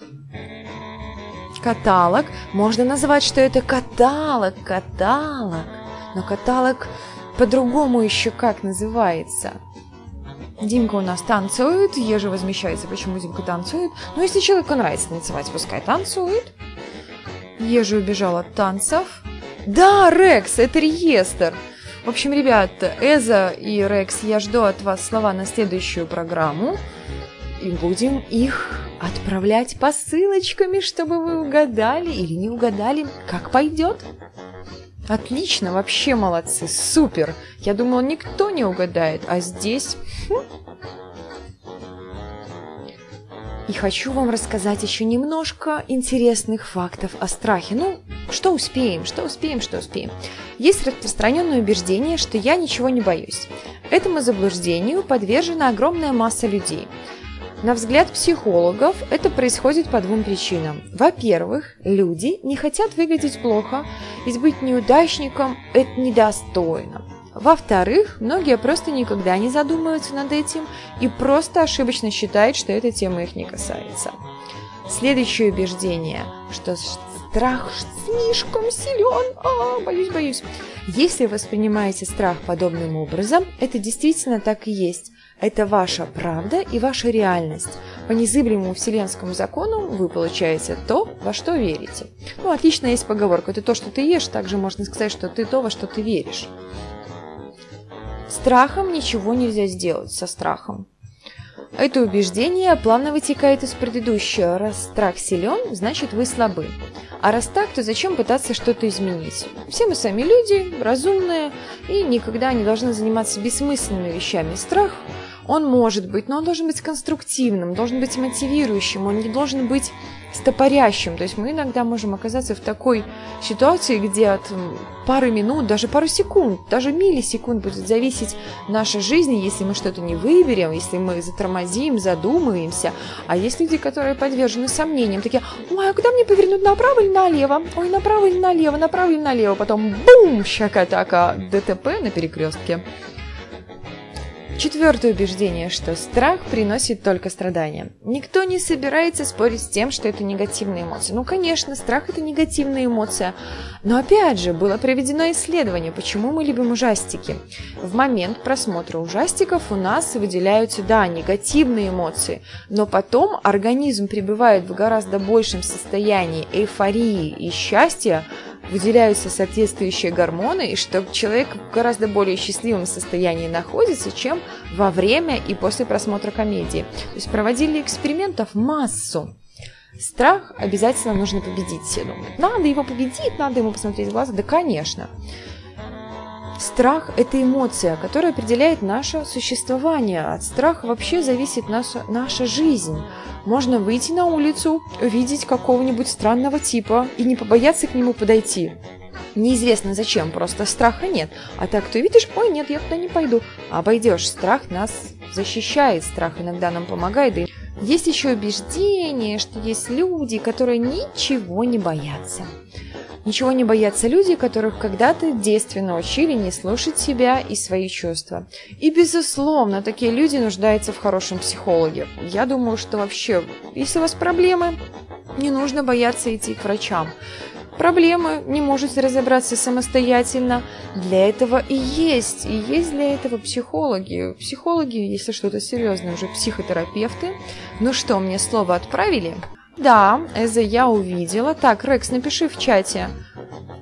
Каталог. Можно назвать, что это каталог. Но каталог по-другому еще как называется. Димка у нас танцует, Ежа возмещается, почему Димка танцует. Но если человеку нравится танцевать, пускай танцует. Ежа убежал от танцев. Да, Рекс, это реестр. В общем, ребят, Эза и Рекс, я жду от вас слова на следующую программу. И будем их отправлять посылочками, чтобы вы угадали или не угадали, как пойдет. Отлично, вообще молодцы, супер. Я думала, никто не угадает, а здесь... И хочу вам рассказать еще немножко интересных фактов о страхе. Ну, что успеем. Есть распространенное убеждение, что я ничего не боюсь. Этому заблуждению подвержена огромная масса людей. На взгляд психологов, это происходит по двум причинам. Во-первых, люди не хотят выглядеть плохо, ведь быть неудачником – это недостойно. Во-вторых, многие просто никогда не задумываются над этим и просто ошибочно считают, что эта тема их не касается. Следующее убеждение, что страх слишком силен, боюсь. Если вы воспринимаете страх подобным образом, это действительно так и есть. Это ваша правда и ваша реальность. По незыблемому вселенскому закону вы получаете то, во что верите. Ну, отлично есть поговорка. Это то, что ты ешь, также можно сказать, что ты то, во что ты веришь. Страхом ничего нельзя сделать, со страхом. Это убеждение плавно вытекает из предыдущего. Раз страх силен, значит вы слабы. А раз так, то зачем пытаться что-то изменить? Все мы сами люди, разумные, и никогда не должны заниматься бессмысленными вещами. Страх, он может быть, но он должен быть конструктивным, должен быть мотивирующим, он не должен быть стопорящим. То есть мы иногда можем оказаться в такой ситуации, где от пары минут, даже пару секунд, даже миллисекунд будет зависеть наша жизнь, если мы что-то не выберем, если мы затормозим, задумаемся. А есть люди, которые подвержены сомнениям, такие: ой, а куда мне повернуть, направо или налево? Ой, направо или налево, направо или налево? Потом бум, щака-така, ДТП на перекрестке. Четвертое убеждение, что страх приносит только страдания. Никто не собирается спорить с тем, что это негативная эмоция. Ну, конечно, страх – это негативная эмоция. Но опять же, было проведено исследование, почему мы любим ужастики. В момент просмотра ужастиков у нас выделяются, да, негативные эмоции, но потом организм пребывает в гораздо большем состоянии эйфории и счастья, выделяются соответствующие гормоны, и что человек в гораздо более счастливом состоянии находится, чем во время и после просмотра комедии. То есть проводили экспериментов массу. Страх обязательно нужно победить, все думают. Надо его победить, надо ему посмотреть в глаза. Да, конечно. Страх – это эмоция, которая определяет наше существование. От страха вообще зависит наша жизнь. Можно выйти на улицу, увидеть какого-нибудь странного типа и не побояться к нему подойти. Неизвестно зачем, просто страха нет. А так ты видишь: ой, нет, я туда не пойду. Обойдешь. Страх нас защищает, страх иногда нам помогает. И есть еще убеждение, что есть люди, которые ничего не боятся. Ничего не боятся люди, которых когда-то девственно учили не слушать себя и свои чувства. И, безусловно, такие люди нуждаются в хорошем психологе. Я думаю, что вообще, если у вас проблемы, не нужно бояться идти к врачам. Проблемы не можете разобраться самостоятельно. Для этого и есть для этого психологи. Психологи, если что-то серьезное, уже психотерапевты. Ну что, мне слово отправили? Да, Эза, я увидела. Так, Рекс, напиши в чате.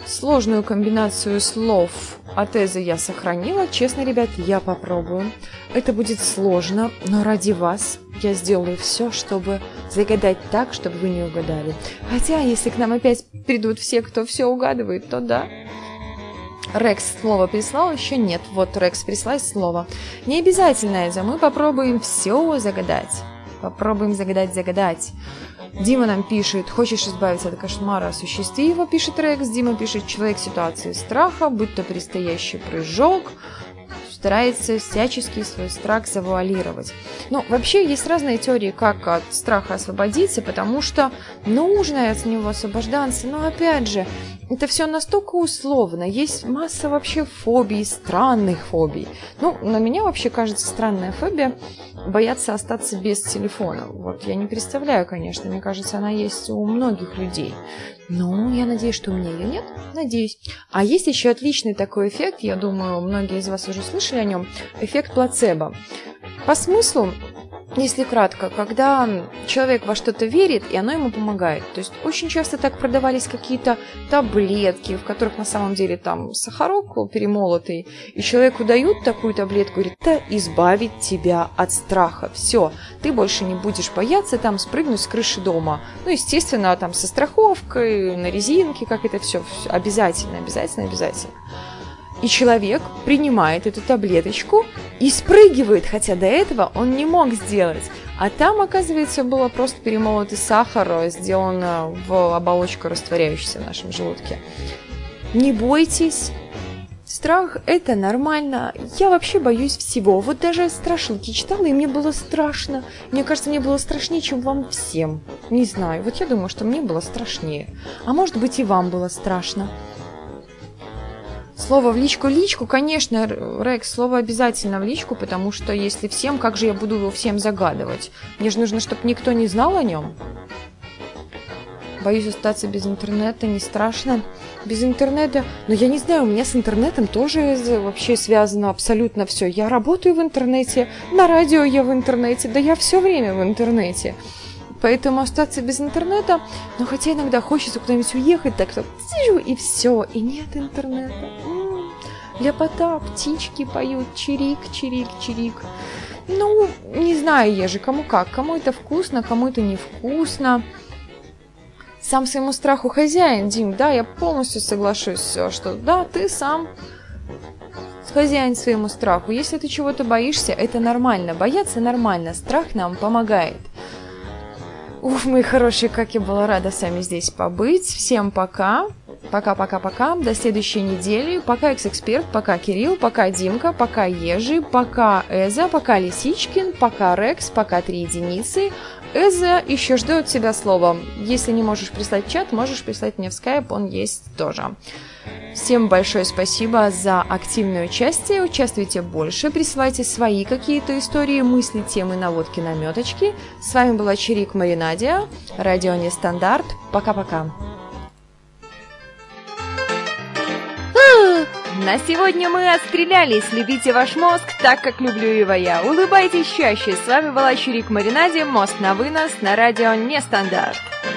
Сложную комбинацию слов от Эзы я сохранила. Честно, ребят, я попробую. Это будет сложно, но ради вас я сделаю все, чтобы загадать так, чтобы вы не угадали. Хотя, если к нам опять придут все, кто все угадывает, то да. Рекс слово прислал, еще нет. Вот Рекс прислал слово. Не обязательно, Эза, мы попробуем все загадать. Попробуем загадать. Дима нам пишет: хочешь избавиться от кошмара, осуществи его, пишет Рекс. Дима пишет: человек в ситуации страха, будь то предстоящий прыжок, старается всячески свой страх завуалировать. Ну, вообще, есть разные теории, как от страха освободиться, потому что нужно от него освобождаться, но опять же, это все настолько условно. Есть масса вообще фобий, странных фобий. Ну, на меня вообще кажется странная фобия бояться остаться без телефона. Вот я не представляю, конечно, мне кажется, она есть у многих людей. Но я надеюсь, что у меня ее нет. Надеюсь. А есть еще отличный такой эффект, я думаю, многие из вас уже слышали о нем, эффект плацебо. По смыслу, если кратко, когда человек во что-то верит, и оно ему помогает. То есть очень часто так продавались какие-то таблетки, в которых на самом деле там сахарок перемолотый, и человеку дают такую таблетку, говорит: это избавит тебя от страха. Все, ты больше не будешь бояться там спрыгнуть с крыши дома. Ну, естественно, там со страховкой, на резинке, как это все обязательно. И человек принимает эту таблеточку и спрыгивает, хотя до этого он не мог сделать. А там, оказывается, было просто перемолотый сахар, сделано в оболочку, растворяющуюся в нашем желудке. Не бойтесь. Страх – это нормально. Я вообще боюсь всего. Вот даже страшилки читала, и мне было страшно. Мне кажется, мне было страшнее, чем вам всем. Не знаю. Вот я думаю, что мне было страшнее. А может быть, и вам было страшно. Слово в личку, конечно, Рекс, слово обязательно в личку, потому что если всем, как же я буду его всем загадывать? Мне же нужно, чтобы никто не знал о нем. Боюсь остаться без интернета, не страшно. Без интернета, но я не знаю, у меня с интернетом тоже вообще связано абсолютно все. Я работаю в интернете, на радио я в интернете, да я все время в интернете. Поэтому остаться без интернета, но хотя иногда хочется куда-нибудь уехать, так что и все, и нет интернета. Ляпота, птички поют, чирик, чирик, чирик. Ну, не знаю, Ежи, кому как. Кому это вкусно, кому это невкусно. Сам своему страху хозяин, Дим, да, я полностью соглашусь, что да, ты сам хозяин своему страху. Если ты чего-то боишься, это нормально. Бояться нормально, страх нам помогает. Уф, мои хорошие, как я была рада с вами здесь побыть. Всем пока. Пока-пока-пока. До следующей недели. Пока Экс-Эксперт, пока Кирилл, пока Димка, пока Ежи, пока Эза, пока Лисичкин, пока Рекс, пока 3 единицы. Эза еще жду от тебя слова. Если не можешь прислать в чат, можешь прислать мне в скайп, он есть тоже. Всем большое спасибо за активное участие. Участвуйте больше, присылайте свои какие-то истории, мысли, темы, наводки, наметочки. С вами была Чирик Маринадия, радио Нестандарт. Пока-пока. На сегодня мы отстрелялись. Любите ваш мозг так, как люблю его я. Улыбайтесь чаще. С вами была Чирик Маринадия. Мозг на вынос на радио Нестандарт.